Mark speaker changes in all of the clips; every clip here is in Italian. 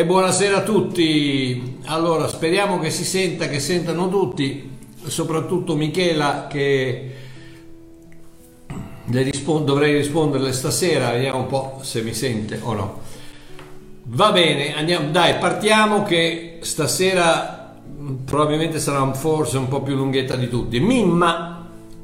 Speaker 1: buonasera a tutti. Allora, speriamo che si senta, che sentano tutti, soprattutto Michela, che dovrei risponderle stasera, vediamo un po' se mi sente o no. Va bene, andiamo, dai, partiamo che stasera probabilmente sarà forse un po' più lunghetta di tutti. Mimma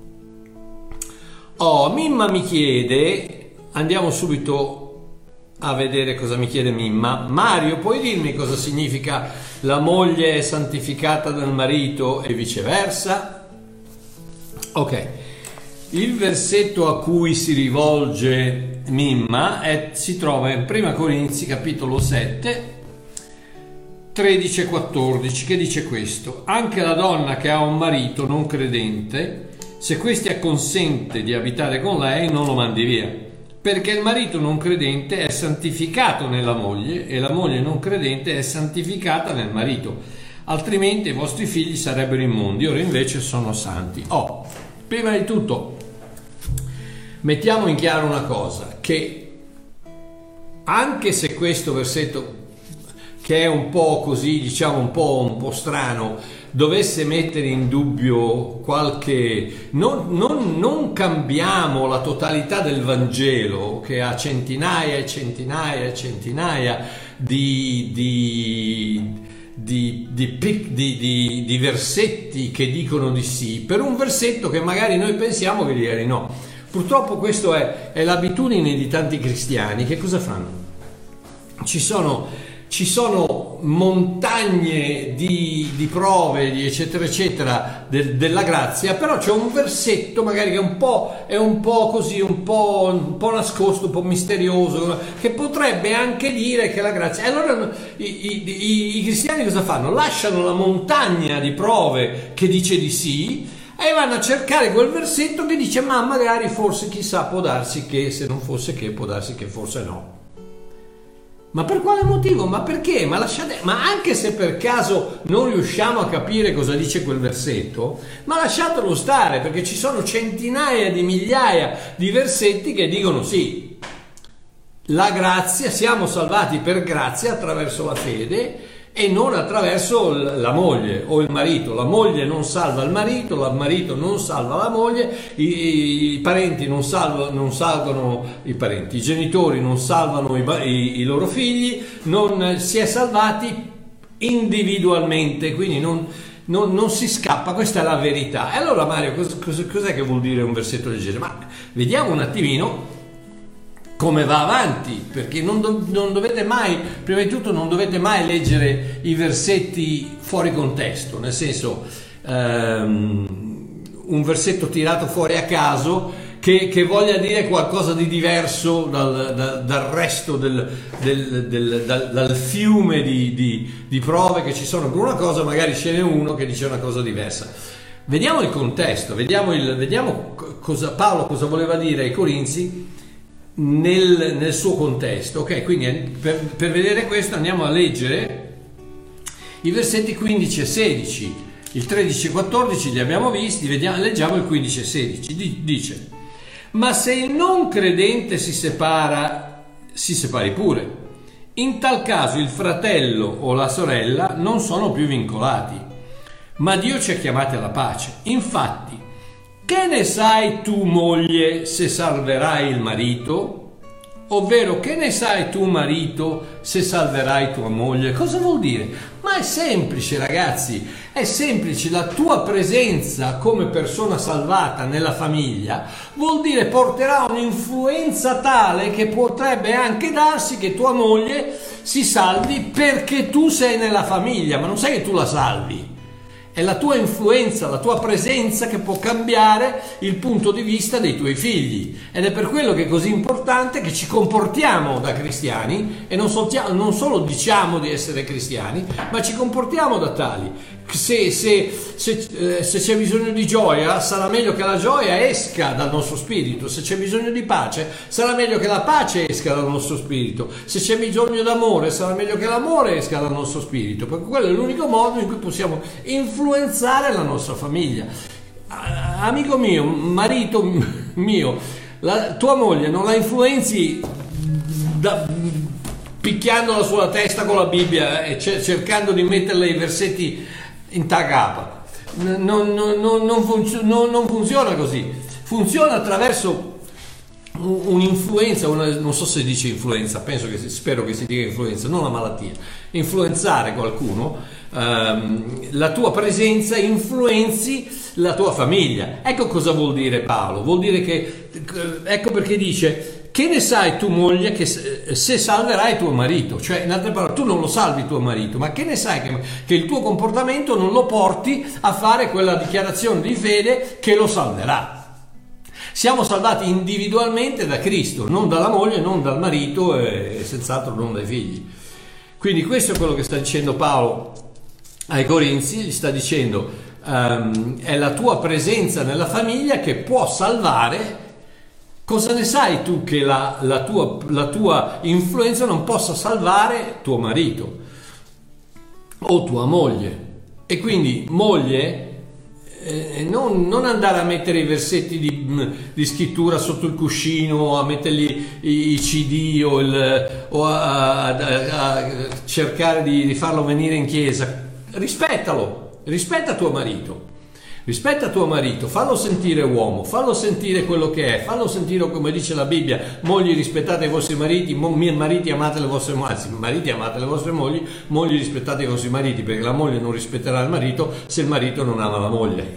Speaker 1: mi chiede, andiamo subito a vedere cosa mi chiede Mimma. Mario, puoi dirmi cosa significa la moglie è santificata dal marito e viceversa? Ok, il versetto a cui si rivolge Mimma si trova in 1 Corinzi capitolo 7 13 e 14, che dice questo: anche la donna che ha un marito non credente, se questi acconsente di abitare con lei, non lo mandi via, perché il marito non credente è santificato nella moglie e la moglie non credente è santificata nel marito, altrimenti i vostri figli sarebbero immondi, ora invece sono santi. Prima di tutto mettiamo in chiaro una cosa, che anche se questo versetto, che è un po' così, diciamo un po' strano, dovesse mettere in dubbio qualche... Non cambiamo la totalità del Vangelo, che ha centinaia e centinaia e centinaia di versetti che dicono di sì, per un versetto che magari noi pensiamo che dire di no. Purtroppo questo è l'abitudine di tanti cristiani. Che cosa fanno? Ci sono montagne di prove, di eccetera eccetera della grazia, però c'è un versetto magari che è un po' così, un po' nascosto, un po' misterioso, che potrebbe anche dire che la grazia... E allora i cristiani cosa fanno? Lasciano la montagna di prove che dice di sì e vanno a cercare quel versetto che dice ma magari forse chissà, può darsi che, se non fosse che, può darsi che forse no. Ma per quale motivo? Ma perché? Ma anche se per caso non riusciamo a capire cosa dice quel versetto, ma lasciatelo stare, perché ci sono centinaia di migliaia di versetti che dicono sì, la grazia, siamo salvati per grazia attraverso la fede e non attraverso la moglie o il marito. La moglie non salva il marito non salva la moglie, i parenti non salvano i parenti, i genitori non salvano i loro figli, non si è salvati individualmente, quindi non si scappa, questa è la verità. E allora Mario, cos'è che vuol dire un versetto del genere? Ma vediamo un attimino come va avanti, perché non dovete mai, prima di tutto non dovete mai leggere i versetti fuori contesto, nel senso un versetto tirato fuori a caso che voglia dire qualcosa di diverso dal resto dal fiume di prove che ci sono. Per una cosa magari ce n'è uno che dice una cosa diversa. Vediamo il contesto, vediamo Paolo cosa voleva dire ai Corinzi nel suo contesto. Ok, quindi per vedere questo andiamo a leggere i versetti 15 e 16. Il 13 e 14 li abbiamo visti, leggiamo il 15 e 16. Dice: ma se il non credente si separi pure, in tal caso il fratello o la sorella non sono più vincolati, ma Dio ci ha chiamati alla pace. Infatti, che ne sai tu, moglie, se salverai il marito? Ovvero, che ne sai tu, marito, se salverai tua moglie? Cosa vuol dire? Ma è semplice, ragazzi, è semplice. La tua presenza come persona salvata nella famiglia vuol dire porterà un'influenza tale che potrebbe anche darsi che tua moglie si salvi perché tu sei nella famiglia, ma non sai che tu la salvi. È la tua influenza, la tua presenza che può cambiare il punto di vista dei tuoi figli, ed è per quello che è così importante che ci comportiamo da cristiani e non solo diciamo di essere cristiani, ma ci comportiamo da tali. Se c'è bisogno di gioia, sarà meglio che la gioia esca dal nostro spirito. Se c'è bisogno di pace, sarà meglio che la pace esca dal nostro spirito. Se c'è bisogno d'amore, sarà meglio che l'amore esca dal nostro spirito, perché quello è l'unico modo in cui possiamo influenzare la nostra famiglia. Amico mio, marito mio, tua moglie non la influenzi picchiandola sulla testa con la Bibbia e cercando di metterle i versetti in tagapa. Non funziona così. Funziona attraverso un'influenza, non so se dice influenza, spero che si dica influenza, non la malattia. Influenzare qualcuno, la tua presenza influenzi la tua famiglia. Ecco cosa vuol dire Paolo. Vuol dire che, ecco perché dice: che ne sai tu moglie che se salverai tuo marito? Cioè, in altre parole, tu non lo salvi tuo marito, ma che ne sai che il tuo comportamento non lo porti a fare quella dichiarazione di fede che lo salverà. Siamo salvati individualmente da Cristo, non dalla moglie, non dal marito e senz'altro non dai figli. Quindi questo è quello che sta dicendo Paolo ai Corinzi. Gli sta dicendo è la tua presenza nella famiglia che può salvare. Cosa ne sai tu che la tua influenza non possa salvare tuo marito o tua moglie? E quindi moglie, non andare a mettere i versetti di scrittura sotto il cuscino, a mettergli i CD o a cercare di farlo venire in chiesa. Rispettalo, rispetta tuo marito. Rispetta tuo marito, fallo sentire uomo, fallo sentire quello che è, fallo sentire come dice la Bibbia: mogli rispettate i vostri mariti, mariti amate le vostre mogli, mariti amate le vostre mogli, mogli rispettate i vostri mariti, perché la moglie non rispetterà il marito se il marito non ama la moglie.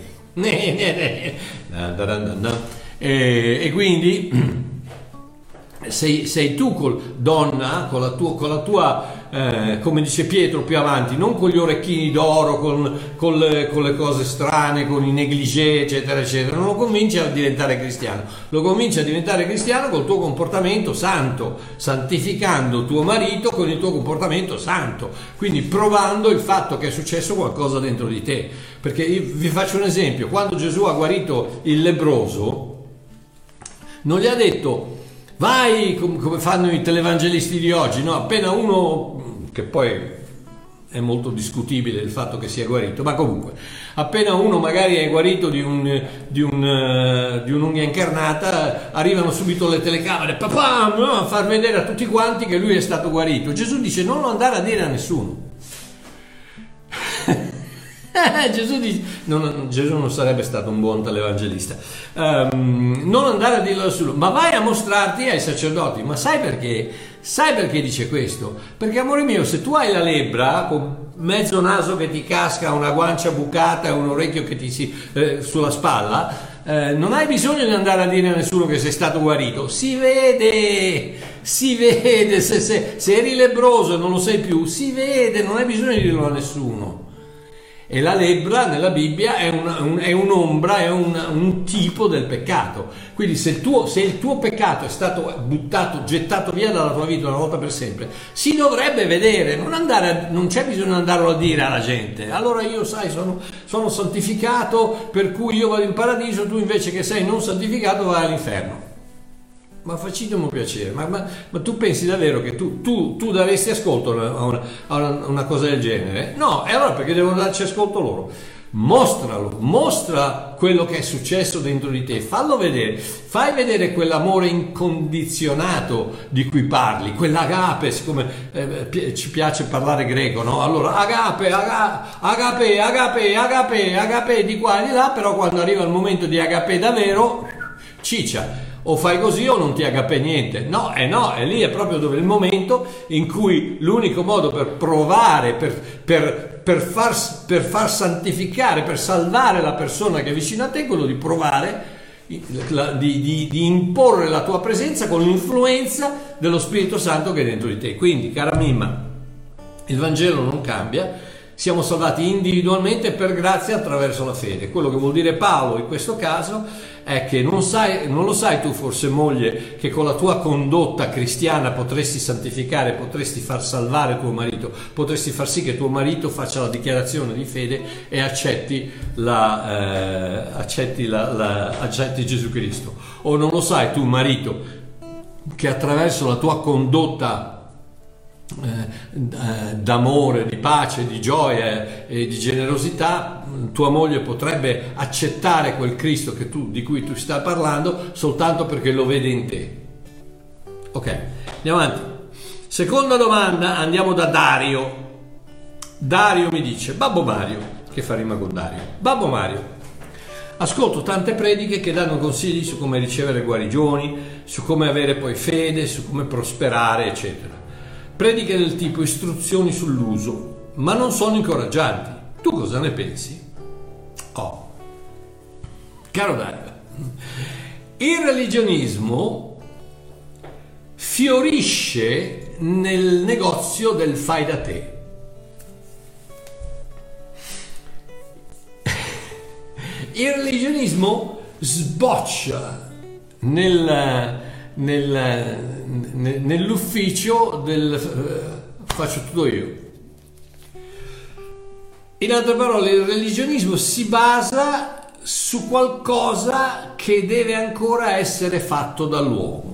Speaker 1: E quindi sei tu donna, con la tua come dice Pietro più avanti, non con gli orecchini d'oro, con le cose strane, con i negligé eccetera eccetera, non lo convinci a diventare cristiano, lo convinci a diventare cristiano col tuo comportamento santo, santificando tuo marito con il tuo comportamento santo, quindi provando il fatto che è successo qualcosa dentro di te. Perché io vi faccio un esempio: quando Gesù ha guarito il lebbroso non gli ha detto vai come fanno i televangelisti di oggi, no? Appena uno, che poi è molto discutibile il fatto che sia guarito, ma comunque appena uno magari è guarito di un'unghia incarnata, arrivano subito le telecamere, papà, no? A far vedere a tutti quanti che lui è stato guarito. Gesù dice: non lo andare a dire a nessuno. Gesù dice, Gesù non sarebbe stato un buon televangelista, non andare a dirlo a nessuno, ma vai a mostrarti ai sacerdoti. Ma sai perché? Sai perché dice questo? Perché, amore mio, se tu hai la lebbra con mezzo naso che ti casca, una guancia bucata e un orecchio che ti sulla spalla, non hai bisogno di andare a dire a nessuno che sei stato guarito. Si vede se eri lebbroso e non lo sei più, si vede, non hai bisogno di dirlo a nessuno. E la lebbra nella Bibbia è un'ombra, è un tipo del peccato. Quindi se il tuo peccato è stato gettato via dalla tua vita una volta per sempre, si dovrebbe vedere, non c'è bisogno di andarlo a dire alla gente. Allora io, sai, sono santificato, per cui io vado in paradiso, tu invece che sei non santificato vai all'inferno. Ma facciamo piacere, ma tu pensi davvero che tu daresti ascolto a una cosa del genere? No, e allora perché devono darci ascolto loro? Mostra quello che è successo dentro di te, fallo vedere, fai vedere quell'amore incondizionato di cui parli, quell'agape, siccome ci piace parlare greco, no? Allora agape di qua e di là, però quando arriva il momento di agape davvero, ciccia. O fai così o non ti agape niente. No, e lì è proprio dove il momento in cui l'unico modo per provare, per far santificare, per salvare la persona che è vicino a te, è quello di provare, di imporre la tua presenza con l'influenza dello Spirito Santo che è dentro di te. Quindi, cara Mimma, il Vangelo non cambia. Siamo salvati individualmente per grazia attraverso la fede. Quello che vuol dire Paolo in questo caso è che non lo sai tu forse moglie che con la tua condotta cristiana potresti santificare, potresti far salvare tuo marito, potresti far sì che tuo marito faccia la dichiarazione di fede e accetti Gesù Cristo. O non lo sai tu marito che attraverso la tua condotta d'amore, di pace, di gioia e di generosità, tua moglie potrebbe accettare quel Cristo di cui tu stai parlando soltanto perché lo vede in te. Ok, andiamo avanti. Seconda domanda, andiamo da Dario. Dario mi dice: Babbo Mario, che fa rima con Dario. Babbo Mario, ascolto tante prediche che danno consigli su come ricevere guarigioni, su come avere poi fede, su come prosperare, eccetera. Prediche del tipo istruzioni sull'uso, ma non sono incoraggianti. Tu cosa ne pensi? Oh, caro Dario, il religionismo fiorisce nel negozio del fai da te. Il religionismo sboccia nell'ufficio del faccio tutto io. In altre parole, il religionismo si basa su qualcosa che deve ancora essere fatto dall'uomo.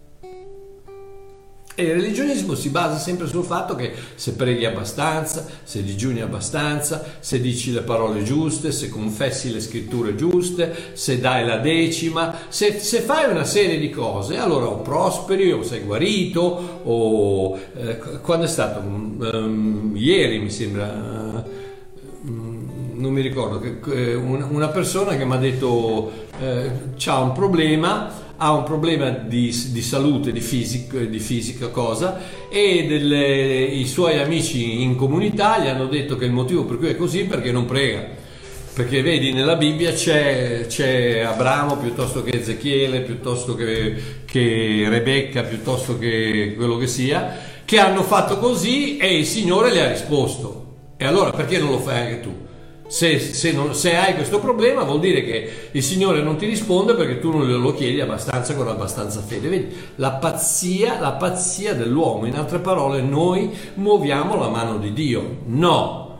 Speaker 1: E il religionismo si basa sempre sul fatto che se preghi abbastanza, se digiuni abbastanza, se dici le parole giuste, se confessi le scritture giuste, se dai la decima, se fai una serie di cose, allora o prosperi o sei guarito o quando è stato? Ieri mi sembra, non mi ricordo, una persona che mi ha detto c'ha un problema, ha un problema di salute, di fisica cosa, e i suoi amici in comunità gli hanno detto che il motivo per cui è così è perché non prega, perché vedi nella Bibbia c'è Abramo piuttosto che Ezechiele, piuttosto che Rebecca, piuttosto che quello che sia, che hanno fatto così e il Signore le ha risposto. E allora perché non lo fai anche tu? Se hai questo problema vuol dire che il Signore non ti risponde perché tu non lo chiedi abbastanza, con abbastanza fede. Vedi la pazzia dell'uomo. In altre parole, noi muoviamo la mano di Dio. No.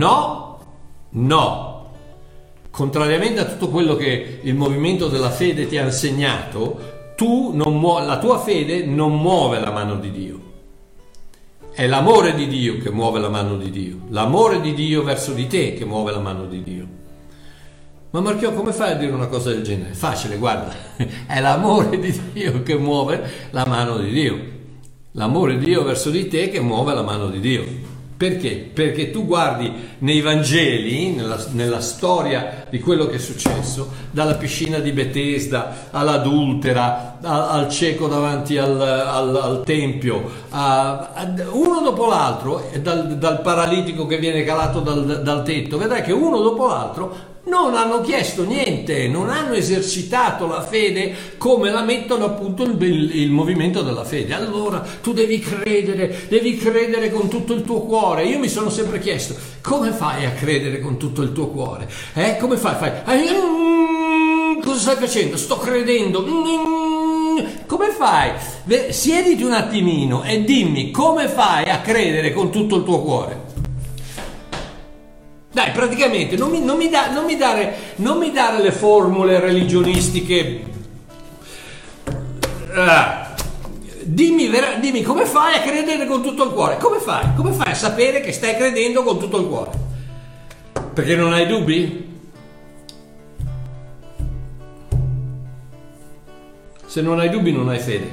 Speaker 1: Contrariamente a tutto quello che il movimento della fede ti ha insegnato, la tua fede non muove la mano di Dio. È l'amore di Dio che muove la mano di Dio, l'amore di Dio verso di te che muove la mano di Dio. Ma Marchiò, come fai a dire una cosa del genere? Facile, guarda, è l'amore di Dio che muove la mano di Dio, l'amore di Dio verso di te che muove la mano di Dio. Perché? Perché tu guardi nei Vangeli, nella storia di quello che è successo, dalla piscina di Betesda all'adultera, al cieco davanti al tempio, uno dopo l'altro, dal paralitico che viene calato dal tetto, vedrai che uno dopo l'altro non hanno chiesto niente, non hanno esercitato la fede come la mettono appunto il movimento della fede. Allora tu devi credere con tutto il tuo cuore. Io mi sono sempre chiesto, come fai a credere con tutto il tuo cuore? Come fai? Cosa stai facendo? Sto credendo. Come fai? Siediti un attimino e dimmi come fai a credere con tutto il tuo cuore. Dai, praticamente non mi dare le formule religionistiche. Dimmi come fai a credere con tutto il cuore. Come fai a sapere che stai credendo con tutto il cuore? Perché non hai dubbi? Se non hai dubbi non hai fede.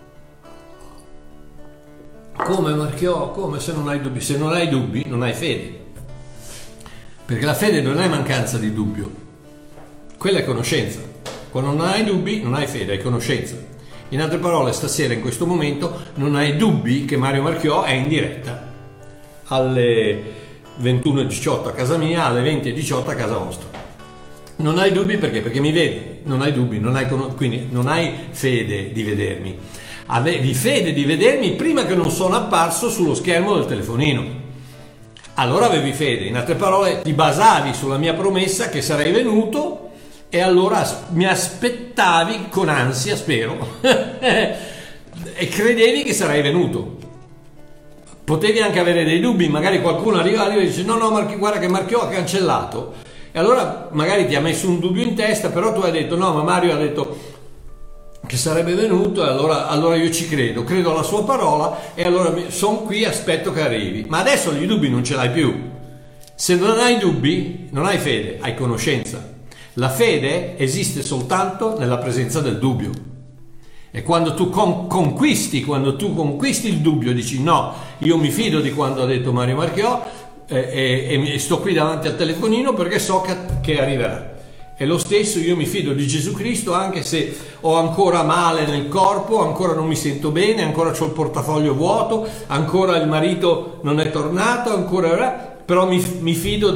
Speaker 1: Come, Marchiò? Come se non hai dubbi? Se non hai dubbi non hai fede. Perché la fede non è mancanza di dubbio, quella è conoscenza. Quando non hai dubbi non hai fede, hai conoscenza. In altre parole, stasera in questo momento non hai dubbi che Mario Marchiò è in diretta alle 21:18 a casa mia, alle 20:18 a casa vostra. Non hai dubbi perché mi vedi, non hai dubbi, quindi non hai fede di vedermi. Avevi fede di vedermi prima che non sono apparso sullo schermo del telefonino. Allora avevi fede, in altre parole ti basavi sulla mia promessa che sarei venuto e allora mi aspettavi con ansia, spero, e credevi che sarei venuto. Potevi anche avere dei dubbi, magari qualcuno arriva e dice no, guarda che Marchiò ha cancellato, e allora magari ti ha messo un dubbio in testa, però tu hai detto no, ma Mario ha detto che sarebbe venuto, e allora io ci credo alla sua parola, e allora sono qui, aspetto che arrivi. Ma adesso i dubbi non ce l'hai più. Se non hai dubbi non hai fede, hai conoscenza. La fede esiste soltanto nella presenza del dubbio. E quando tu conquisti il dubbio, dici no, io mi fido di quando ha detto Mario Marchiò e sto qui davanti al telefonino perché so che arriverà. E lo stesso, io mi fido di Gesù Cristo anche se ho ancora male nel corpo, ancora non mi sento bene, ancora ho il portafoglio vuoto, ancora il marito non è tornato, però mi fido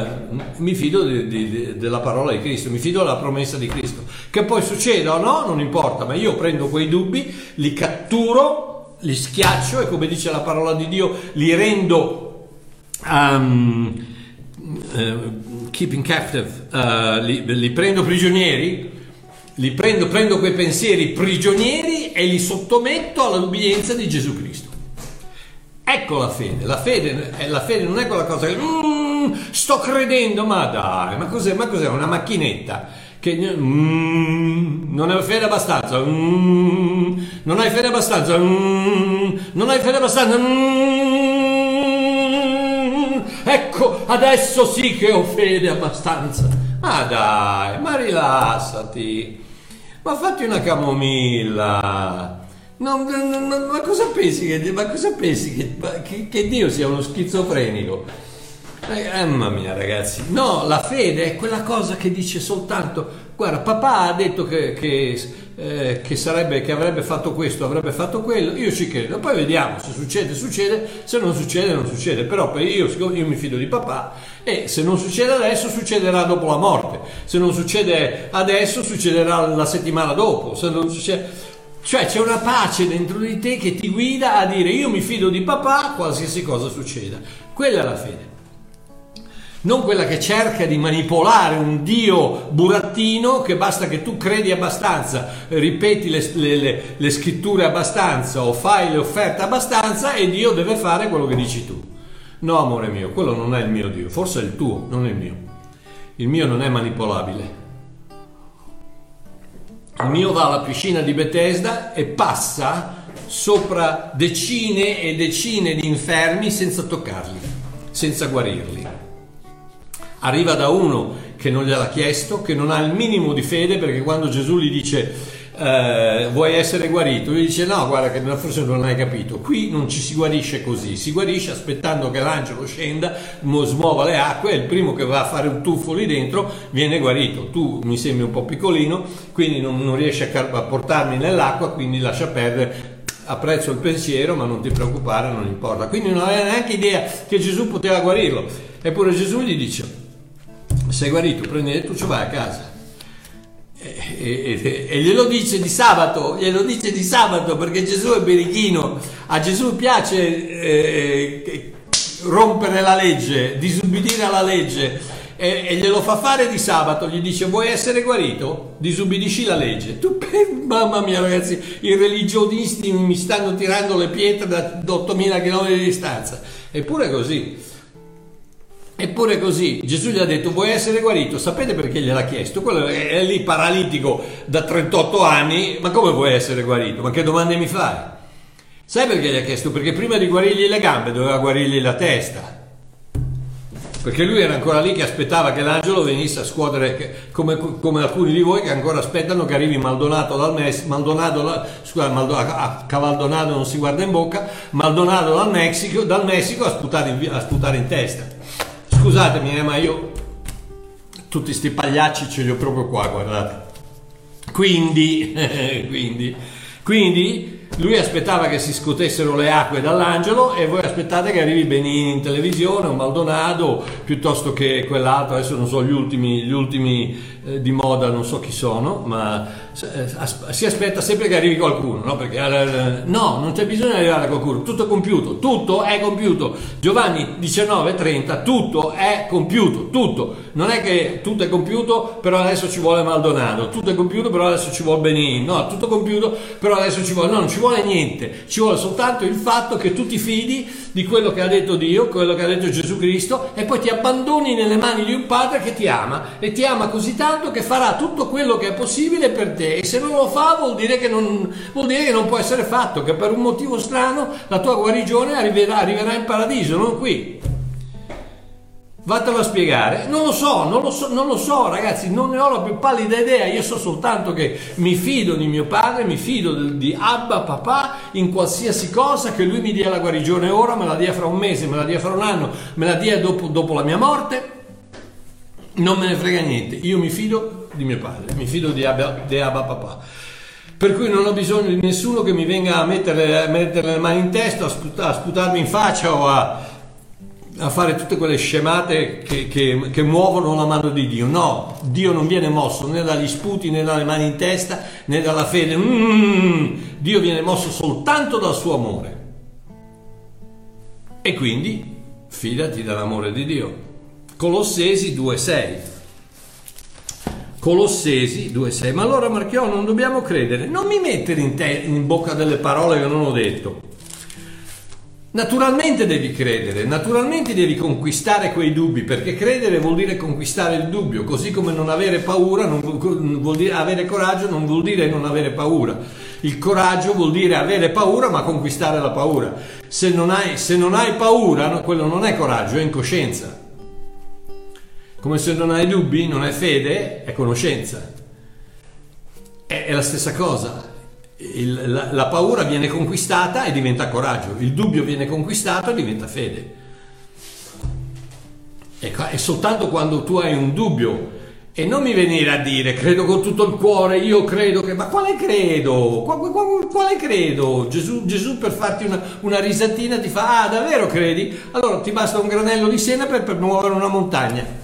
Speaker 1: della parola di Cristo, mi fido della promessa di Cristo. Che poi succeda o no, non importa, ma io prendo quei dubbi, li catturo, li schiaccio e, come dice la parola di Dio, li rendo keeping captive, li prendo prigionieri, prendo quei pensieri prigionieri e li sottometto all'obbedienza di Gesù Cristo. Ecco la fede non è quella cosa che sto credendo, ma dai, ma cos'è una macchinetta che non hai fede abbastanza, non hai fede abbastanza, non hai fede abbastanza, ecco adesso sì che ho fede abbastanza. Ma dai, ma rilassati, ma fatti una camomilla. Ma cosa pensi che Dio sia uno schizofrenico? Mamma mia, ragazzi, no, la fede è quella cosa che dice soltanto: guarda, papà ha detto che avrebbe fatto questo, avrebbe fatto quello, io ci credo, poi vediamo, se succede, se non succede, però io mi fido di papà e se non succede adesso succederà dopo la morte, se non succede adesso succederà la settimana dopo, se non succede... Cioè c'è una pace dentro di te che ti guida a dire io mi fido di papà qualsiasi cosa succeda. Quella è la fede. Non quella che cerca di manipolare un Dio burattino, che basta che tu credi abbastanza, ripeti le scritture abbastanza o fai le offerte abbastanza e Dio deve fare quello che dici tu. No, amore mio, quello non è il mio Dio, forse è il tuo, non è il mio. Il mio non è manipolabile. Il mio va alla piscina di Bethesda e passa sopra decine e decine di infermi senza toccarli, senza guarirli. Arriva da uno che non gliel'ha chiesto, che non ha il minimo di fede, perché quando Gesù gli dice vuoi essere guarito? Lui dice no, guarda che forse non hai capito, qui non ci si guarisce così, si guarisce aspettando che l'angelo scenda, smuova le acque e il primo che va a fare un tuffo lì dentro viene guarito. Tu mi sembri un po' piccolino, quindi non riesci a portarmi nell'acqua, quindi lascia perdere, apprezzo il pensiero ma non ti preoccupare, non importa. Quindi non aveva neanche idea che Gesù poteva guarirlo, eppure Gesù gli dice sei guarito, prendi il tuo, vai a casa. E glielo dice di sabato, perché Gesù è birichino, a Gesù piace rompere la legge, disubbidire alla legge e glielo fa fare di sabato, gli dice vuoi essere guarito? Disubbidisci la legge. Mamma mia ragazzi, i religionisti mi stanno tirando le pietre da 8.000 km di distanza, eppure così Gesù gli ha detto vuoi essere guarito? Sapete perché gliel'ha chiesto? Quello è lì paralitico da 38 anni, ma come vuoi essere guarito? Ma che domande mi fai? Sai perché gli ha chiesto? Perché prima di guarirgli le gambe doveva guarirgli la testa, perché lui era ancora lì che aspettava che l'angelo venisse a scuotere, come alcuni di voi che ancora aspettano che arrivi Maldonado a Cavaldonado non si guarda in bocca, Maldonado dal Messico a sputare in testa. Scusatemi, ma io tutti sti pagliacci ce li ho proprio qua, guardate. Quindi lui aspettava che si scotessero le acque dall'angelo e voi aspettate che arrivi Benigni in televisione, un Maldonado, piuttosto che quell'altro, adesso non so gli ultimi di moda, non so chi sono, ma si aspetta sempre che arrivi qualcuno, no? Perché no, non c'è bisogno di arrivare a qualcuno, tutto è compiuto. Giovanni 19:30, tutto è compiuto, tutto. Non è che tutto è compiuto, però adesso ci vuole Maldonado, tutto è compiuto, però adesso ci vuole Benigni, no, tutto compiuto, però adesso ci vuole, no, non ci vuole niente, ci vuole soltanto il fatto che tu ti fidi di quello che ha detto Dio, quello che ha detto Gesù Cristo, e poi ti abbandoni nelle mani di un Padre che ti ama, e ti ama così tanto che farà tutto quello che è possibile per te, e se non lo fa vuol dire che non può essere fatto, che per un motivo strano la tua guarigione arriverà in paradiso, non qui. Vattelo a spiegare. Non lo so, ragazzi, non ne ho la più pallida idea. Io so soltanto che mi fido di mio padre, mi fido di Abba, papà, in qualsiasi cosa, che lui mi dia la guarigione ora, me la dia fra un mese, me la dia fra un anno, me la dia dopo la mia morte. Non me ne frega niente. Io mi fido di mio padre, mi fido di Abba, papà. Per cui non ho bisogno di nessuno che mi venga a mettere le mani in testa, a sputarmi in faccia o a fare tutte quelle scemate che muovono la mano di Dio. No, Dio non viene mosso né dagli sputi, né dalle mani in testa, né dalla fede. Dio viene mosso soltanto dal suo amore. E quindi fidati dell'amore di Dio. Colossesi 2,6. Colossesi 2,6. Ma allora, Marchiò, non dobbiamo credere. Non mi mettere in bocca delle parole che non ho detto. Naturalmente devi credere, naturalmente devi conquistare quei dubbi, perché credere vuol dire conquistare il dubbio, così come non avere paura non vuol dire avere coraggio, non vuol dire non avere paura. Il coraggio vuol dire avere paura ma conquistare la paura. Se non hai paura, no, quello non è coraggio, è incoscienza. Come se non hai dubbi, non hai fede, è conoscenza. È la stessa cosa. La paura viene conquistata e diventa coraggio, il dubbio viene conquistato e diventa fede. È soltanto quando tu hai un dubbio, e non mi venire a dire credo con tutto il cuore, io credo che... Ma quale credo? Quale credo? Gesù per farti una risatina ti fa: ah, davvero credi? Allora ti basta un granello di senape per muovere una montagna.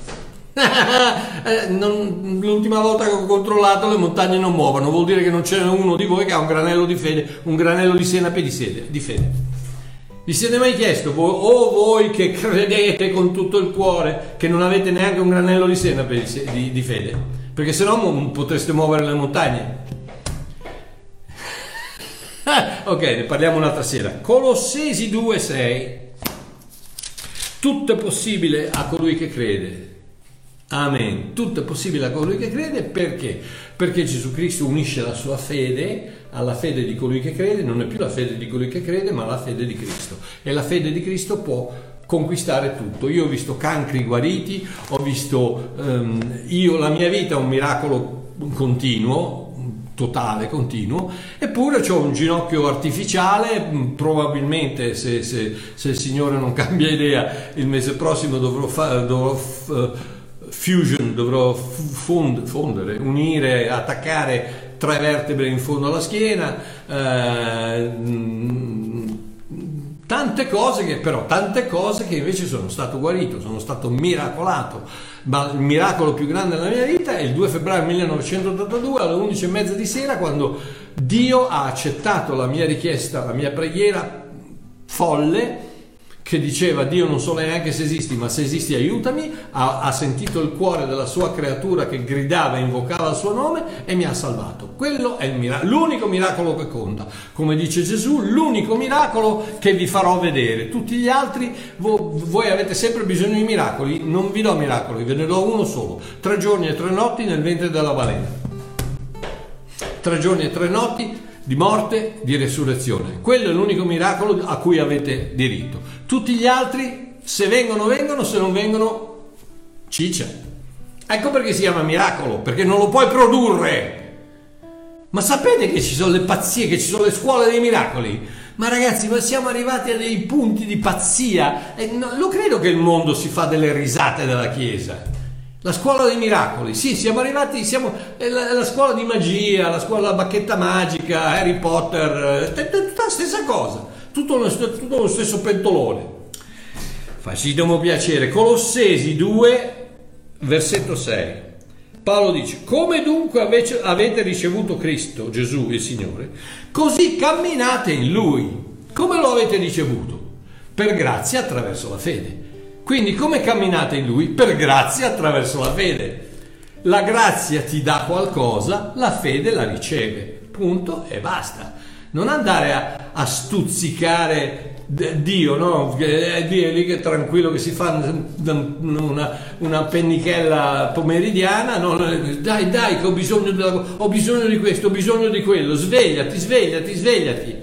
Speaker 1: L'ultima volta che ho controllato, le montagne non muovono, vuol dire che non c'è uno di voi che ha un granello di fede, un granello di senape di fede. Vi siete mai chiesto voi che credete con tutto il cuore che non avete neanche un granello di senape di fede? Perché se no non potreste muovere le montagne. Ok, ne parliamo un'altra sera. Colossesi 2,6. Tutto è possibile a colui che crede. Amen. Tutto è possibile a colui che crede. Perché? Perché Gesù Cristo unisce la sua fede alla fede di colui che crede. Non è più la fede di colui che crede, ma la fede di Cristo. E la fede di Cristo può conquistare tutto. Io ho visto cancri guariti, ho visto la mia vita è un miracolo continuo, totale, continuo, eppure ho un ginocchio artificiale. Probabilmente se il Signore non cambia idea, il mese prossimo dovrò fondere, unire, attaccare 3 vertebre in fondo alla schiena, tante cose che invece sono stato guarito, sono stato miracolato. Ma il miracolo più grande della mia vita è il 2 febbraio 1982 alle 11:30 di sera, quando Dio ha accettato la mia richiesta, la mia preghiera folle, che diceva: Dio, non so neanche se esisti, ma se esisti aiutami. Ha sentito il cuore della sua creatura che gridava e invocava il suo nome e mi ha salvato. Quello è l'unico miracolo che conta. Come dice Gesù, l'unico miracolo che vi farò vedere. Tutti gli altri, voi avete sempre bisogno di miracoli. Non vi do miracoli, ve ne do uno solo: 3 giorni e 3 notti nel ventre della balena. 3 giorni e 3 notti di morte, di resurrezione. Quello è l'unico miracolo a cui avete diritto. Tutti gli altri, se vengono, se non vengono, ciccia. Ecco perché si chiama miracolo, perché non lo puoi produrre. Ma sapete che ci sono le pazzie, che ci sono le scuole dei miracoli? Ma ragazzi, ma siamo arrivati a dei punti di pazzia. Lo credo che il mondo si fa delle risate dalla Chiesa. La scuola dei miracoli, sì, siamo arrivati, è la scuola di magia, la scuola della bacchetta magica, Harry Potter, tutta la stessa cosa, tutto lo stesso pentolone. Facitemi piacere. Colossesi 2, versetto 6. Paolo dice: come dunque avete ricevuto Cristo, Gesù il Signore, così camminate in Lui. Come lo avete ricevuto? Per grazia attraverso la fede. Quindi come camminate in Lui? Per grazia attraverso la fede. La grazia ti dà qualcosa, la fede la riceve. Punto e basta. Non andare a stuzzicare Dio, no? Dio è lì che è tranquillo, che si fa una pennichella pomeridiana, no? Dai che ho bisogno di questo, ho bisogno di quello. Svegliati.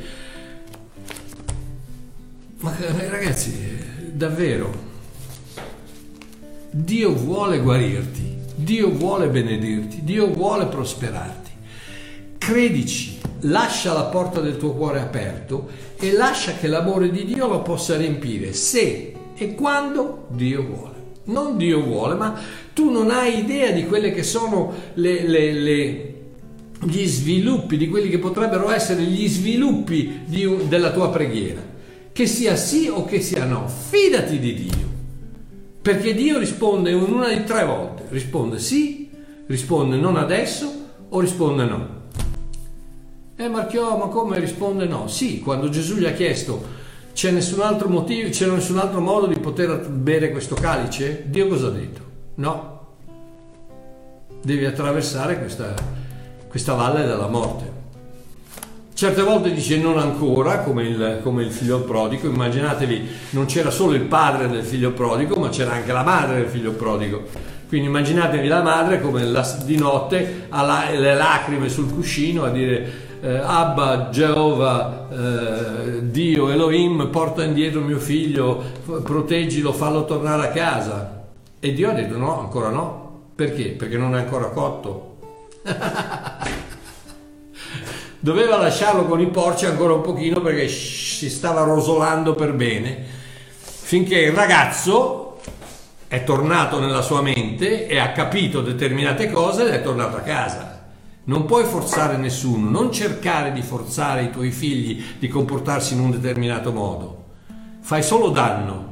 Speaker 1: Ma ragazzi, davvero, Dio vuole guarirti, Dio vuole benedirti, Dio vuole prosperarti. Credici, lascia la porta del tuo cuore aperto e lascia che l'amore di Dio lo possa riempire se e quando Dio vuole. Non Dio vuole, ma tu non hai idea di quelle che sono gli sviluppi, di quelli che potrebbero essere gli sviluppi della tua preghiera. Che sia sì o che sia no, fidati di Dio. Perché Dio risponde in una di 3 volte. Risponde sì, risponde non adesso o risponde no. Marchiò, ma come risponde no? Sì, quando Gesù gli ha chiesto c'è nessun altro motivo, c'è nessun altro modo di poter bere questo calice? Dio cosa ha detto? No. Devi attraversare questa valle della morte. Certe volte dice non ancora, come il figlio prodigo. Immaginatevi, non c'era solo il padre del figlio prodigo, ma c'era anche la madre del figlio prodigo. Quindi immaginatevi la madre come di notte ha le lacrime sul cuscino a dire Abba, Geova, Dio, Elohim, porta indietro mio figlio, proteggilo, fallo tornare a casa. E Dio ha detto no, ancora no. Perché? Perché non è ancora cotto. Doveva lasciarlo con i porci ancora un pochino perché si stava rosolando per bene, finché il ragazzo è tornato nella sua mente e ha capito determinate cose ed è tornato a casa. Non puoi forzare nessuno, non cercare di forzare i tuoi figli di comportarsi in un determinato modo, fai solo danno.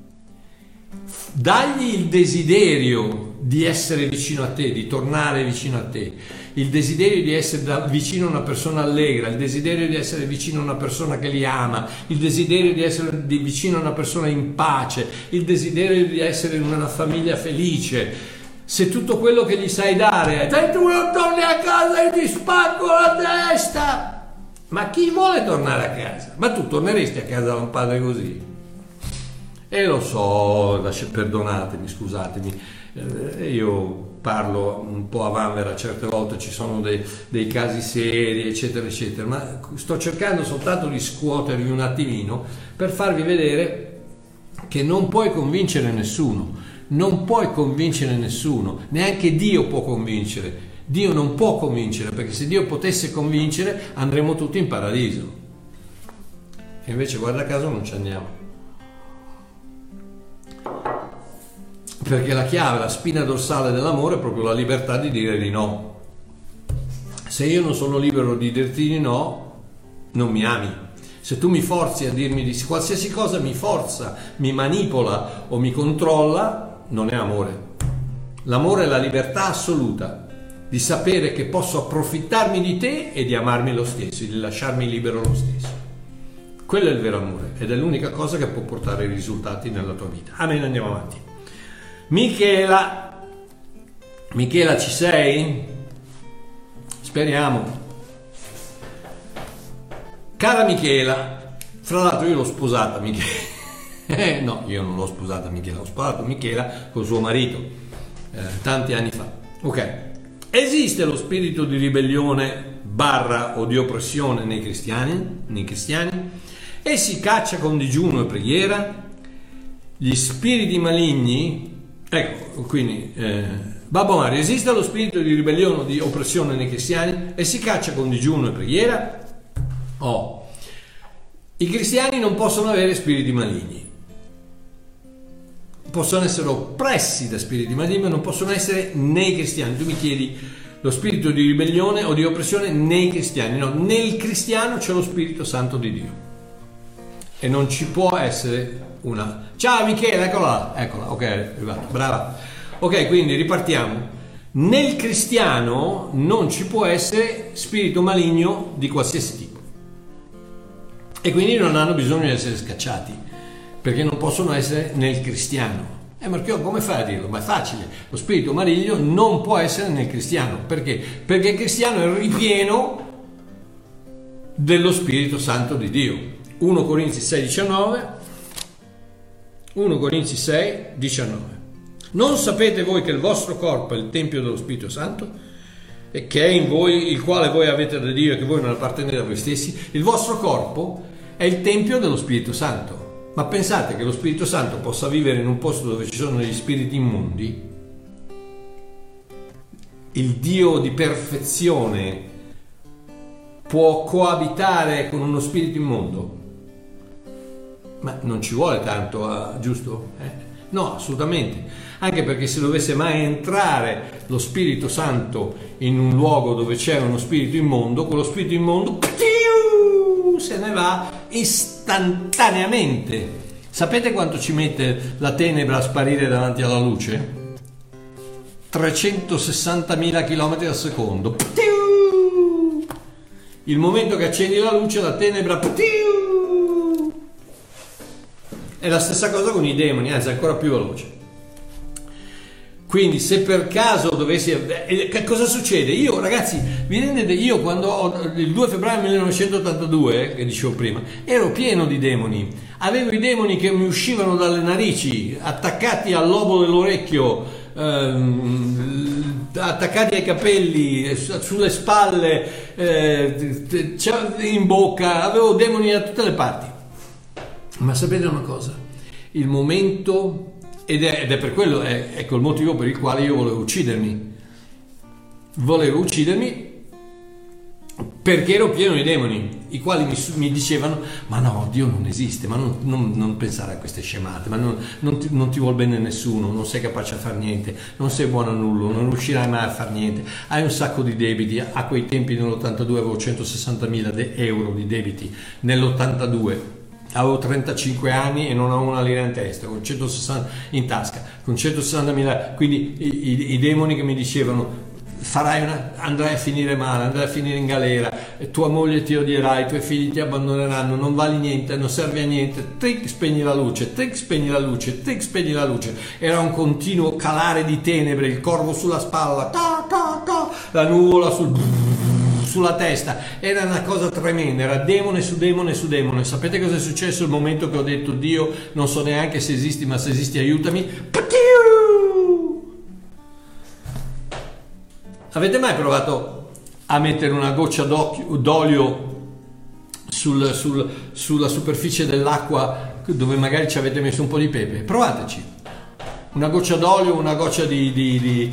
Speaker 1: Dagli il desiderio di essere vicino a te, di tornare vicino a te, il desiderio di essere vicino a una persona allegra, il desiderio di essere vicino a una persona che li ama, il desiderio di essere vicino a una persona in pace, il desiderio di essere in una famiglia felice. Se tutto quello che gli sai dare è se tu non torni a casa e ti spacco la testa, ma chi vuole tornare a casa? Ma tu torneresti a casa da un padre così? E lo so, perdonatemi, scusatemi, io parlo un po' a vanvera, certe volte ci sono dei casi seri, eccetera, eccetera, ma sto cercando soltanto di scuotervi un attimino per farvi vedere che non puoi convincere nessuno, non puoi convincere nessuno, neanche Dio può convincere, Dio non può convincere, perché se Dio potesse convincere andremo tutti in paradiso, e invece guarda caso non ci andiamo. Perché la chiave, la spina dorsale dell'amore è proprio la libertà di dire di no. Se io non sono libero di dirti di no, non mi ami. Se tu mi forzi a dirmi di qualsiasi cosa, mi forza, mi manipola o mi controlla, non è amore. L'amore è la libertà assoluta di sapere che posso approfittarmi di te e di amarmi lo stesso, di lasciarmi libero lo stesso. Quello è il vero amore ed è l'unica cosa che può portare i risultati nella tua vita. Amen, andiamo avanti. Michela, ci sei? Speriamo. Cara Michela, fra l'altro io l'ho sposata Michela. No, io non l'ho sposata Michela, ho sposato Michela con suo marito tanti anni fa. Ok. Esiste lo spirito di ribellione o di oppressione nei cristiani? E si caccia con digiuno e preghiera? Gli spiriti maligni. Ecco, quindi Babbo Mario, esiste lo spirito di ribellione o di oppressione nei cristiani e si caccia con digiuno e preghiera? I cristiani non possono avere spiriti maligni, possono essere oppressi da spiriti maligni, ma non possono essere nei cristiani. Tu mi chiedi lo spirito di ribellione o di oppressione nei cristiani? No, nel cristiano c'è lo Spirito Santo di Dio e non ci può essere una... Ciao Michele, eccola, ok, è arrivato, brava. Ok, quindi ripartiamo. Nel cristiano non ci può essere spirito maligno di qualsiasi tipo e quindi non hanno bisogno di essere scacciati perché non possono essere nel cristiano. Marchio, come fai a dirlo? Ma è facile, lo spirito maligno non può essere nel cristiano. Perché? Perché il cristiano è ripieno dello Spirito Santo di Dio. 1 Corinzi 6,19. Non sapete voi che il vostro corpo è il tempio dello Spirito Santo e che è in voi, il quale voi avete da Dio e che voi non appartenete a voi stessi? Il vostro corpo è il tempio dello Spirito Santo. Ma pensate che lo Spirito Santo possa vivere in un posto dove ci sono degli spiriti immondi? Il Dio di perfezione può coabitare con uno spirito immondo? Ma non ci vuole tanto, giusto? No, assolutamente. Anche perché se dovesse mai entrare lo Spirito Santo in un luogo dove c'è uno spirito immondo, quello spirito immondo se ne va istantaneamente. Sapete quanto ci mette la tenebra a sparire davanti alla luce? 360.000 km al secondo. Il momento che accendi la luce, la tenebra è la stessa cosa con i demoni, anzi è ancora più veloce. Quindi se per caso dovessi... che cosa succede? Io, ragazzi, vi rendete, io quando il 2 febbraio 1982, che dicevo prima, ero pieno di demoni. Avevo i demoni che mi uscivano dalle narici, attaccati al lobo dell'orecchio, attaccati ai capelli, sulle spalle, in bocca. Avevo demoni da tutte le parti. Ma sapete una cosa? Il momento... Ed è per quello, ecco il motivo per il quale io volevo uccidermi. Volevo uccidermi perché ero pieno di demoni, i quali mi dicevano: ma no, Dio non esiste, ma non pensare a queste scemate, ma non ti vuol bene nessuno, non sei capace a fare niente, non sei buono a nulla, non riuscirai mai a fare niente, hai un sacco di debiti. A quei tempi nell'82 avevo 160.000 euro di debiti, nell'82 avevo 35 anni e non avevo una lira in testa, con 160 in tasca, con 160.000, quindi i demoni che mi dicevano: andrai a finire male, andrai a finire in galera, tua moglie ti odierà, i tuoi figli ti abbandoneranno, non vali niente, non servi a niente, tric, spegni la luce, tric, spegni la luce, tric, spegni la luce. Era un continuo calare di tenebre, il corvo sulla spalla, la nuvola sulla testa, era una cosa tremenda, era demone su demone su demone. Sapete cosa è successo il momento che ho detto: Dio, non so neanche se esisti, ma se esisti aiutami? Avete mai provato a mettere una goccia d'olio sulla superficie dell'acqua dove magari ci avete messo un po' di pepe? Provateci. Una goccia d'olio, una goccia di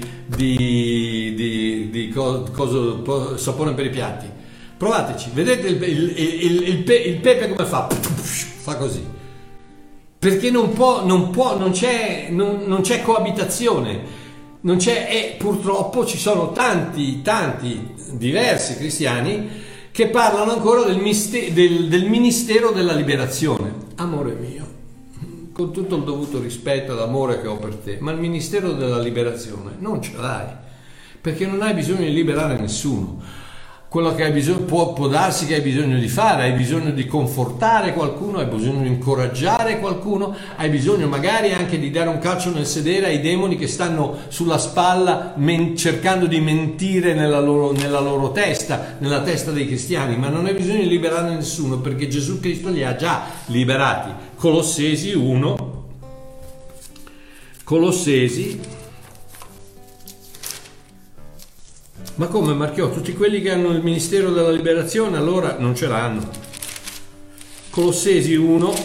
Speaker 1: sapone per i piatti. Provateci, vedete il pepe come fa? Fa così. Perché non c'è coabitazione. Non c'è, e purtroppo ci sono tanti diversi cristiani che parlano ancora del ministero della liberazione. Amore mio, con tutto il dovuto rispetto e l'amore che ho per te, ma il ministero della liberazione non ce l'hai, perché non hai bisogno di liberare nessuno. Quello che hai bisogno, può darsi che hai bisogno di fare, hai bisogno di confortare qualcuno, hai bisogno di incoraggiare qualcuno, hai bisogno magari anche di dare un calcio nel sedere ai demoni che stanno sulla spalla cercando di mentire nella loro testa, nella testa dei cristiani, ma non hai bisogno di liberare nessuno, perché Gesù Cristo li ha già liberati. Colossesi 1, ma come, Marchiò? Tutti quelli che hanno il ministero della liberazione allora non ce l'hanno. Colossesi 1,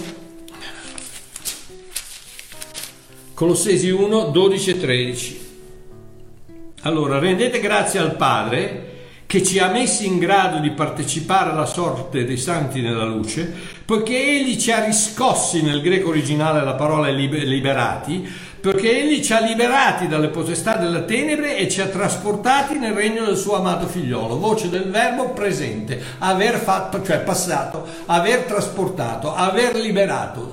Speaker 1: 12 e 13. Allora, rendete grazie al Padre che ci ha messi in grado di partecipare alla sorte dei santi nella luce, poiché Egli ci ha riscossi, nel greco originale la parola è liberati, perché Egli ci ha liberati dalle potestà delle tenebre e ci ha trasportati nel regno del suo amato figliolo. Voce del verbo presente, aver fatto, cioè passato, aver trasportato, aver liberato.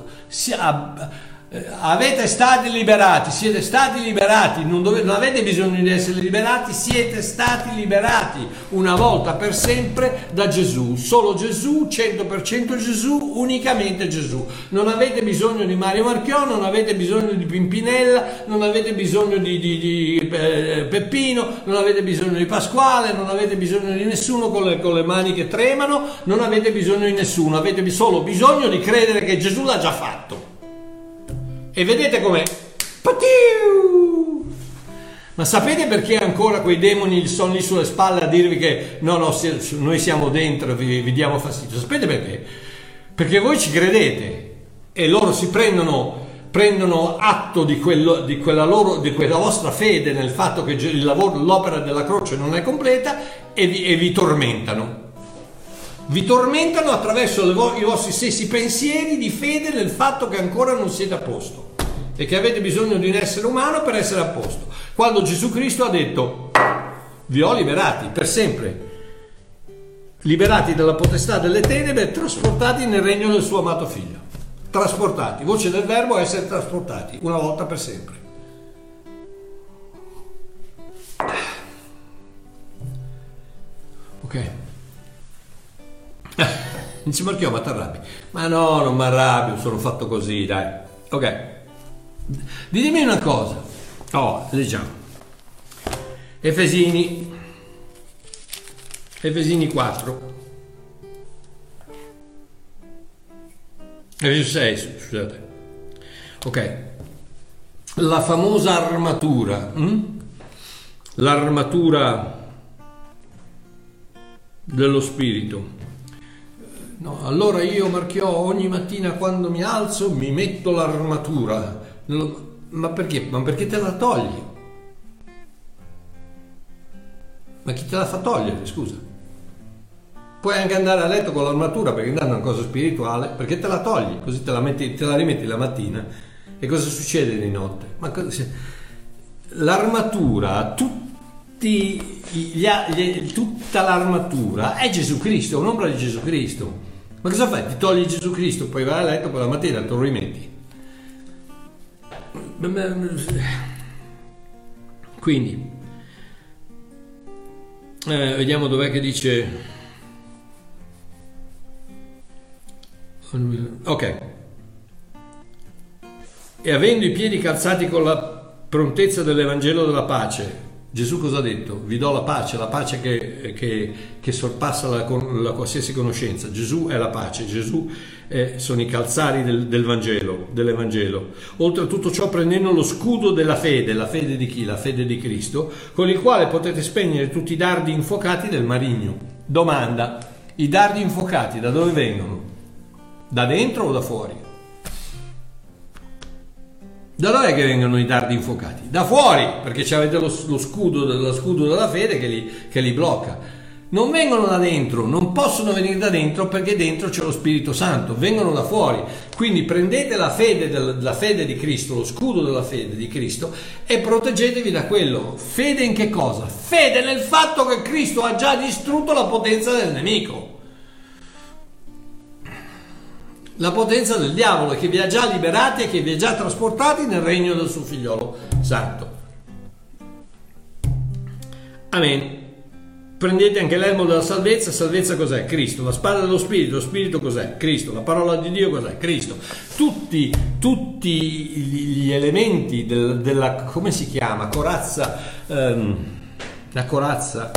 Speaker 1: Avete stati liberati, siete stati liberati, non avete bisogno di essere liberati, siete stati liberati una volta per sempre da Gesù. Solo Gesù, 100% Gesù, unicamente Gesù. Non avete bisogno di Mario Marchiò, non avete bisogno di Pimpinella, non avete bisogno di Peppino, non avete bisogno di Pasquale, non avete bisogno di nessuno con le mani che tremano, non avete bisogno di nessuno, avete solo bisogno di credere che Gesù l'ha già fatto. E vedete com'è? Ma sapete perché ancora quei demoni sono lì sulle spalle a dirvi che no, noi siamo dentro, vi diamo fastidio? Sapete perché? Perché voi ci credete. e loro si prendono atto di quella vostra fede nel fatto che l'opera della croce non è completa e vi tormentano. Vi tormentano attraverso i vostri stessi pensieri di fede nel fatto che ancora non siete a posto e che avete bisogno di un essere umano per essere a posto. Quando Gesù Cristo ha detto: vi ho liberati per sempre, liberati dalla potestà delle tenebre e trasportati nel regno del suo amato figlio. Trasportati, voce del verbo essere trasportati, una volta per sempre. Ok. Dice Marchio, ma ti arrabbi? Ma no, non mi arrabbio, sono fatto così, dai. Ok. Ditemi una cosa. Leggiamo. Efesini 4. Efesini 6, scusate. Ok. La famosa armatura. L'armatura dello spirito. No, allora io, Marchiò, ogni mattina quando mi alzo mi metto l'armatura. Ma perché? Ma perché te la togli? Ma chi te la fa togliere, scusa? Puoi anche andare a letto con l'armatura, perché è una cosa spirituale, perché te la togli, così te la rimetti la mattina. E cosa succede di notte? L'armatura, tutta l'armatura è Gesù Cristo, è un'ombra di Gesù Cristo. Ma cosa fai? Ti togli Gesù Cristo, poi vai a letto, poi la mattina te lo rimetti. Quindi vediamo dov'è che dice. Ok. E avendo i piedi calzati con la prontezza dell'Evangelo della pace, Gesù cosa ha detto? Vi do la pace che sorpassa la qualsiasi conoscenza. Gesù è la pace, Gesù sono i calzari dell'Evangelo. Oltre a tutto ciò, prendendo lo scudo della fede, la fede di chi? La fede di Cristo, con il quale potete spegnere tutti i dardi infuocati del maligno. Domanda: i dardi infuocati da dove vengono? Da dentro o da fuori? Da dove è che vengono i dardi infuocati? Da fuori, perché avete lo scudo della fede che li blocca. Non vengono da dentro, non possono venire da dentro perché dentro c'è lo Spirito Santo, vengono da fuori. Quindi prendete la fede di Cristo, lo scudo della fede di Cristo e proteggetevi da quello. Fede in che cosa? Fede nel fatto che Cristo ha già distrutto la potenza del nemico. La potenza del diavolo, che vi ha già liberati e che vi ha già trasportati nel regno del suo figliolo santo. Amen. Prendete anche l'elmo della salvezza. Salvezza cos'è? Cristo. La spada dello spirito. Lo spirito cos'è? Cristo. La parola di Dio cos'è? Cristo. Tutti gli elementi della come si chiama? Corazza. La corazza.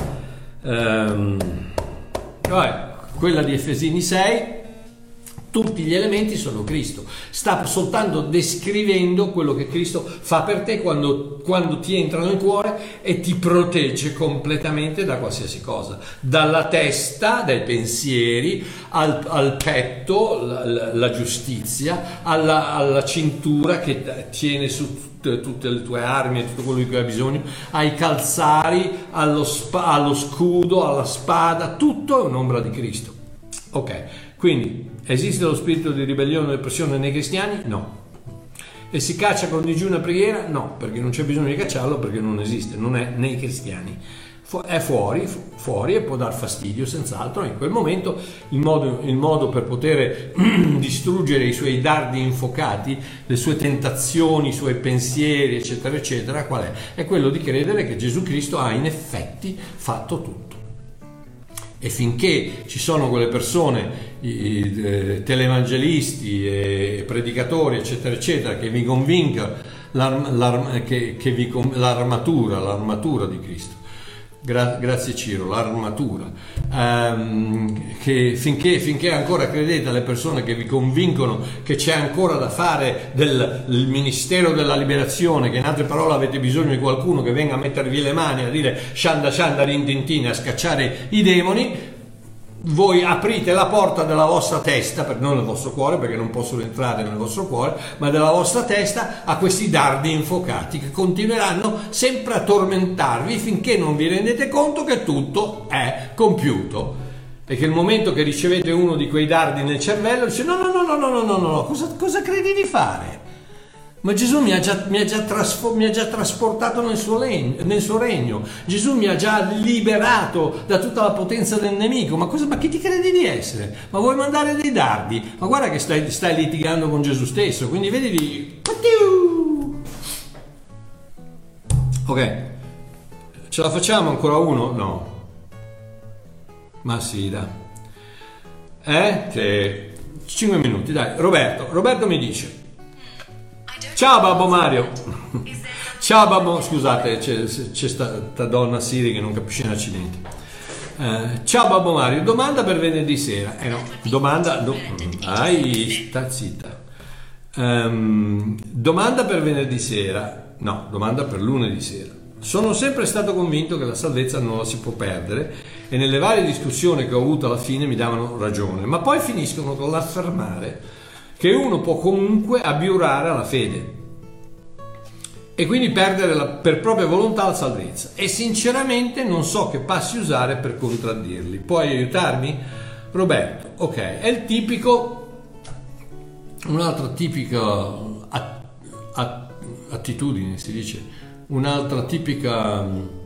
Speaker 1: Quella di Efesini 6. Tutti gli elementi sono Cristo. Sta soltanto descrivendo quello che Cristo fa per te quando ti entra nel cuore e ti protegge completamente da qualsiasi cosa, dalla testa, dai pensieri, al petto, la giustizia, alla cintura che tiene su tutte le tue armi e tutto quello di cui hai bisogno, ai calzari, allo scudo, alla spada. Tutto è un'ombra di Cristo. Ok, quindi esiste lo spirito di ribellione e oppressione nei cristiani? No. E si caccia con digiuno e preghiera? No, perché non c'è bisogno di cacciarlo, perché non esiste, non è nei cristiani. È fuori e può dar fastidio senz'altro. In quel momento il modo per poter distruggere i suoi dardi infuocati, le sue tentazioni, i suoi pensieri, eccetera, eccetera, qual è? È quello di credere che Gesù Cristo ha in effetti fatto tutto. E finché ci sono quelle persone, i televangelisti e predicatori, eccetera, eccetera, che vi convinca l'armatura di Cristo. Grazie Ciro, l'armatura. Che finché ancora credete alle persone che vi convincono che c'è ancora da fare il ministero della liberazione, che in altre parole avete bisogno di qualcuno che venga a mettervi le mani, a dire shanda shanda rintintini, a scacciare i demoni, voi aprite la porta della vostra testa, non del vostro cuore, perché non possono entrare nel vostro cuore, ma della vostra testa, a questi dardi infuocati che continueranno sempre a tormentarvi finché non vi rendete conto che tutto è compiuto. E che il momento che ricevete uno di quei dardi nel cervello dice no, cosa credi di fare? Ma Gesù mi ha già trasportato nel suo regno. Gesù mi ha già liberato da tutta la potenza del nemico. Ma chi ti credi di essere? Ma vuoi mandare dei dardi? Ma guarda che stai litigando con Gesù stesso. Quindi vedi di... Ok, ce la facciamo ancora uno? No. Ma sì, dai. Che 5 minuti, dai. Roberto mi dice: ciao Babbo Mario. Ciao Babbo, scusate, c'è sta donna Siri che non capisce un accidente. Ciao Babbo Mario, domanda per venerdì sera. No, sta zitta. Domanda per venerdì sera. No, domanda per lunedì sera. Sono sempre stato convinto che la salvezza non la si può perdere e nelle varie discussioni che ho avuto alla fine mi davano ragione, ma poi finiscono con l'affermare che uno può comunque abiurare alla fede e quindi perdere per propria volontà la salvezza, e sinceramente non so che passi usare per contraddirli. Puoi aiutarmi? Roberto, ok, è il tipico, un'altra tipica attitudine, si dice, un'altra tipica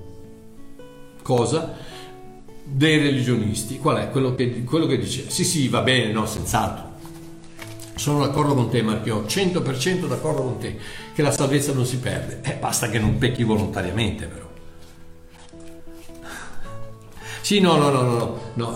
Speaker 1: cosa dei religionisti. Qual è? Quello che dice sì, va bene, no, senz'altro, sono d'accordo con te Marchio, 100% d'accordo con te che la salvezza non si perde, basta che non pecchi volontariamente, però. Sì, no,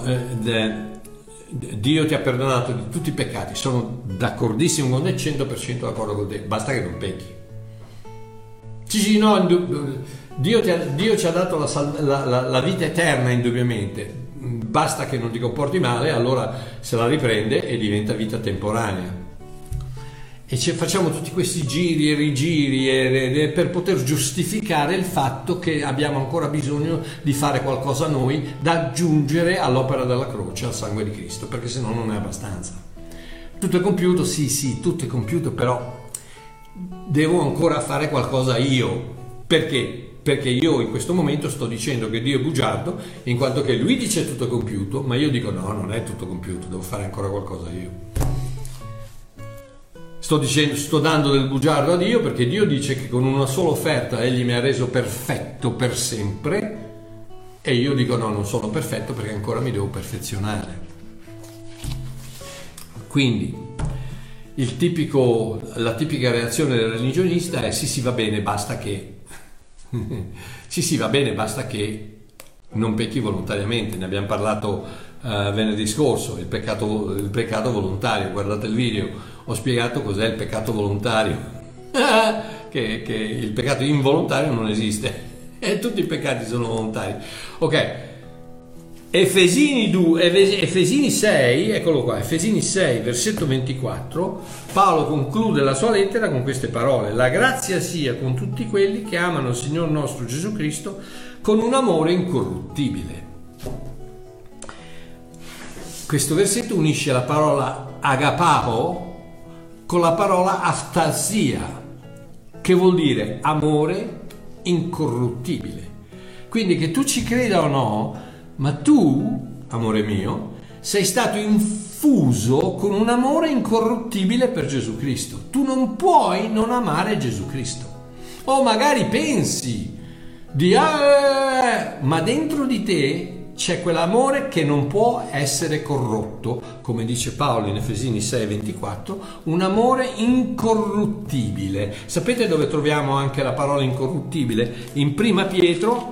Speaker 1: Dio ti ha perdonato di tutti i peccati, sono d'accordissimo con te, 100% d'accordo con te, basta che non pecchi. Sì, no, Dio ci ha dato la vita eterna, indubbiamente, basta che non ti comporti male, allora se la riprende e diventa vita temporanea. E facciamo tutti questi giri e rigiri per poter giustificare il fatto che abbiamo ancora bisogno di fare qualcosa noi da aggiungere all'opera della croce, al sangue di Cristo, perché se no non è abbastanza. Tutto è compiuto, sì, tutto è compiuto, però devo ancora fare qualcosa io. Perché? Perché io in questo momento sto dicendo che Dio è bugiardo, in quanto che lui dice tutto compiuto, ma io dico no, non è tutto compiuto, devo fare ancora qualcosa io. Sto dando del bugiardo a Dio perché Dio dice che con una sola offerta egli mi ha reso perfetto per sempre, e io dico no, non sono perfetto perché ancora mi devo perfezionare. Quindi la tipica reazione del religionista è sì, va bene, basta che sì, va bene, basta che non pecchi volontariamente. Ne abbiamo parlato venerdì scorso, il peccato volontario. Guardate il video, ho spiegato cos'è il peccato volontario che il peccato involontario non esiste e tutti i peccati sono volontari. Ok, Efesini 6, eccolo qua, Efesini 6, versetto 24, Paolo conclude la sua lettera con queste parole: la grazia sia con tutti quelli che amano il Signor nostro Gesù Cristo con un amore incorruttibile. Questo versetto unisce la parola agapao con la parola aftasia, che vuol dire amore incorruttibile. Quindi, che tu ci creda o no, ma tu, amore mio, sei stato infuso con un amore incorruttibile per Gesù Cristo. Tu non puoi non amare Gesù Cristo. O magari pensi ma dentro di te c'è quell'amore che non può essere corrotto, come dice Paolo in Efesini 6:24, un amore incorruttibile. Sapete dove troviamo anche la parola incorruttibile? In Prima Pietro,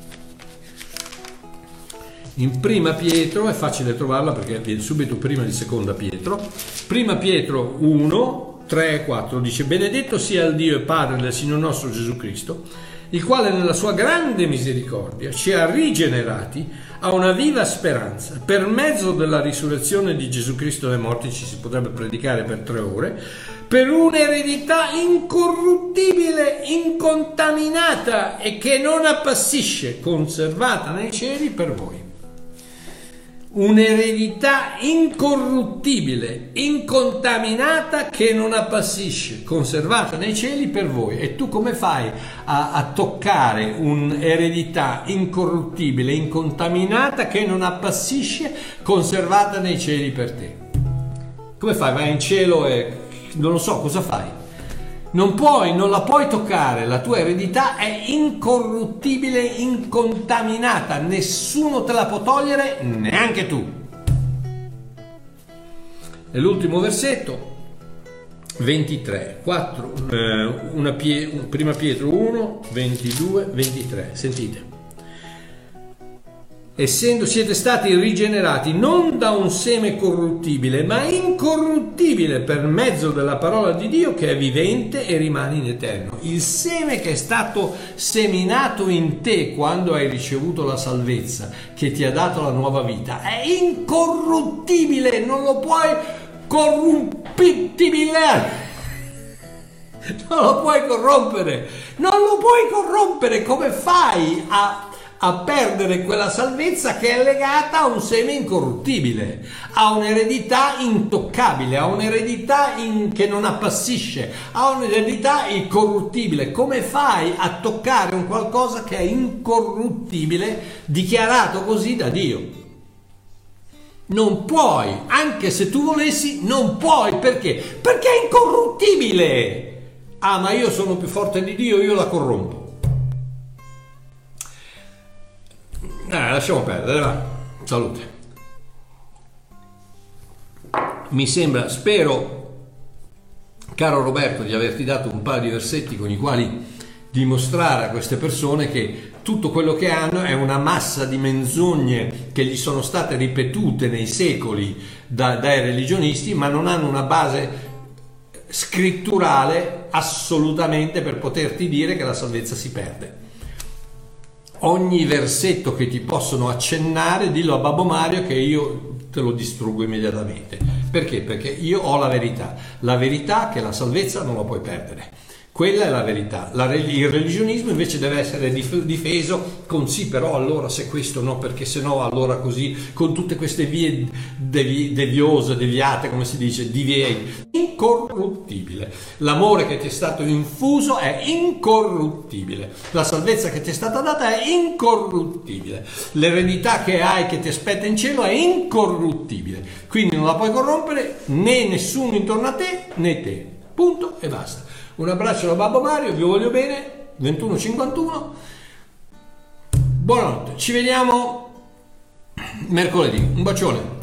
Speaker 1: è facile trovarla perché viene subito prima di Seconda Pietro. Prima Pietro 1, 3 e 4 dice: benedetto sia il Dio e Padre del Signor nostro Gesù Cristo, il quale nella sua grande misericordia ci ha rigenerati a una viva speranza per mezzo della risurrezione di Gesù Cristo dai morti. Ci si potrebbe predicare per 3 ore, per un'eredità incorruttibile, incontaminata e che non appassisce, conservata nei cieli per voi. un'eredità incorruttibile, incontaminata, che non appassisce, conservata nei cieli per voi. E tu come fai a toccare un'eredità incorruttibile, incontaminata, che non appassisce, conservata nei cieli per te? Come fai? Vai in cielo e non lo so cosa fai. Non la puoi toccare, la tua eredità è incorruttibile, incontaminata, nessuno te la può togliere, neanche tu. E l'ultimo versetto, 23, 4, prima Pietro 1, 22, 23, sentite. Essendo siete stati rigenerati non da un seme corruttibile, ma incorruttibile, per mezzo della parola di Dio che è vivente e rimane in eterno. Il seme che è stato seminato in te quando hai ricevuto la salvezza, che ti ha dato la nuova vita, è incorruttibile, non lo puoi corrumpibilare. Non lo puoi corrompere, come fai a perdere quella salvezza che è legata a un seme incorruttibile, a un'eredità intoccabile, a un'eredità che non appassisce, a un'eredità incorruttibile? Come fai a toccare un qualcosa che è incorruttibile, dichiarato così da Dio? Non puoi, anche se tu volessi, non puoi. Perché? Perché è incorruttibile. Ah, ma io sono più forte di Dio, io la corrompo. Lasciamo perdere, va. Salute. Spero, caro Roberto, di averti dato un paio di versetti con i quali dimostrare a queste persone che tutto quello che hanno è una massa di menzogne che gli sono state ripetute nei secoli dai religionisti, ma non hanno una base scritturale assolutamente per poterti dire che la salvezza si perde. Ogni versetto che ti possono accennare, dillo a Babbo Mario che io te lo distruggo immediatamente. Perché? Perché io ho la verità che la salvezza non la puoi perdere. Quella è la verità. Il religionismo invece deve essere difeso con sì, però allora se questo no, perché se no allora così, con tutte queste vie deviate, come si dice, incorruttibile. L'amore che ti è stato infuso è incorruttibile. La salvezza che ti è stata data è incorruttibile. L'eredità che hai, che ti aspetta in cielo, è incorruttibile. Quindi non la puoi corrompere né nessuno intorno a te né te. Punto e basta. Un abbraccio da Babbo Mario, vi voglio bene, 21:51. Buonanotte, ci vediamo mercoledì. Un bacione.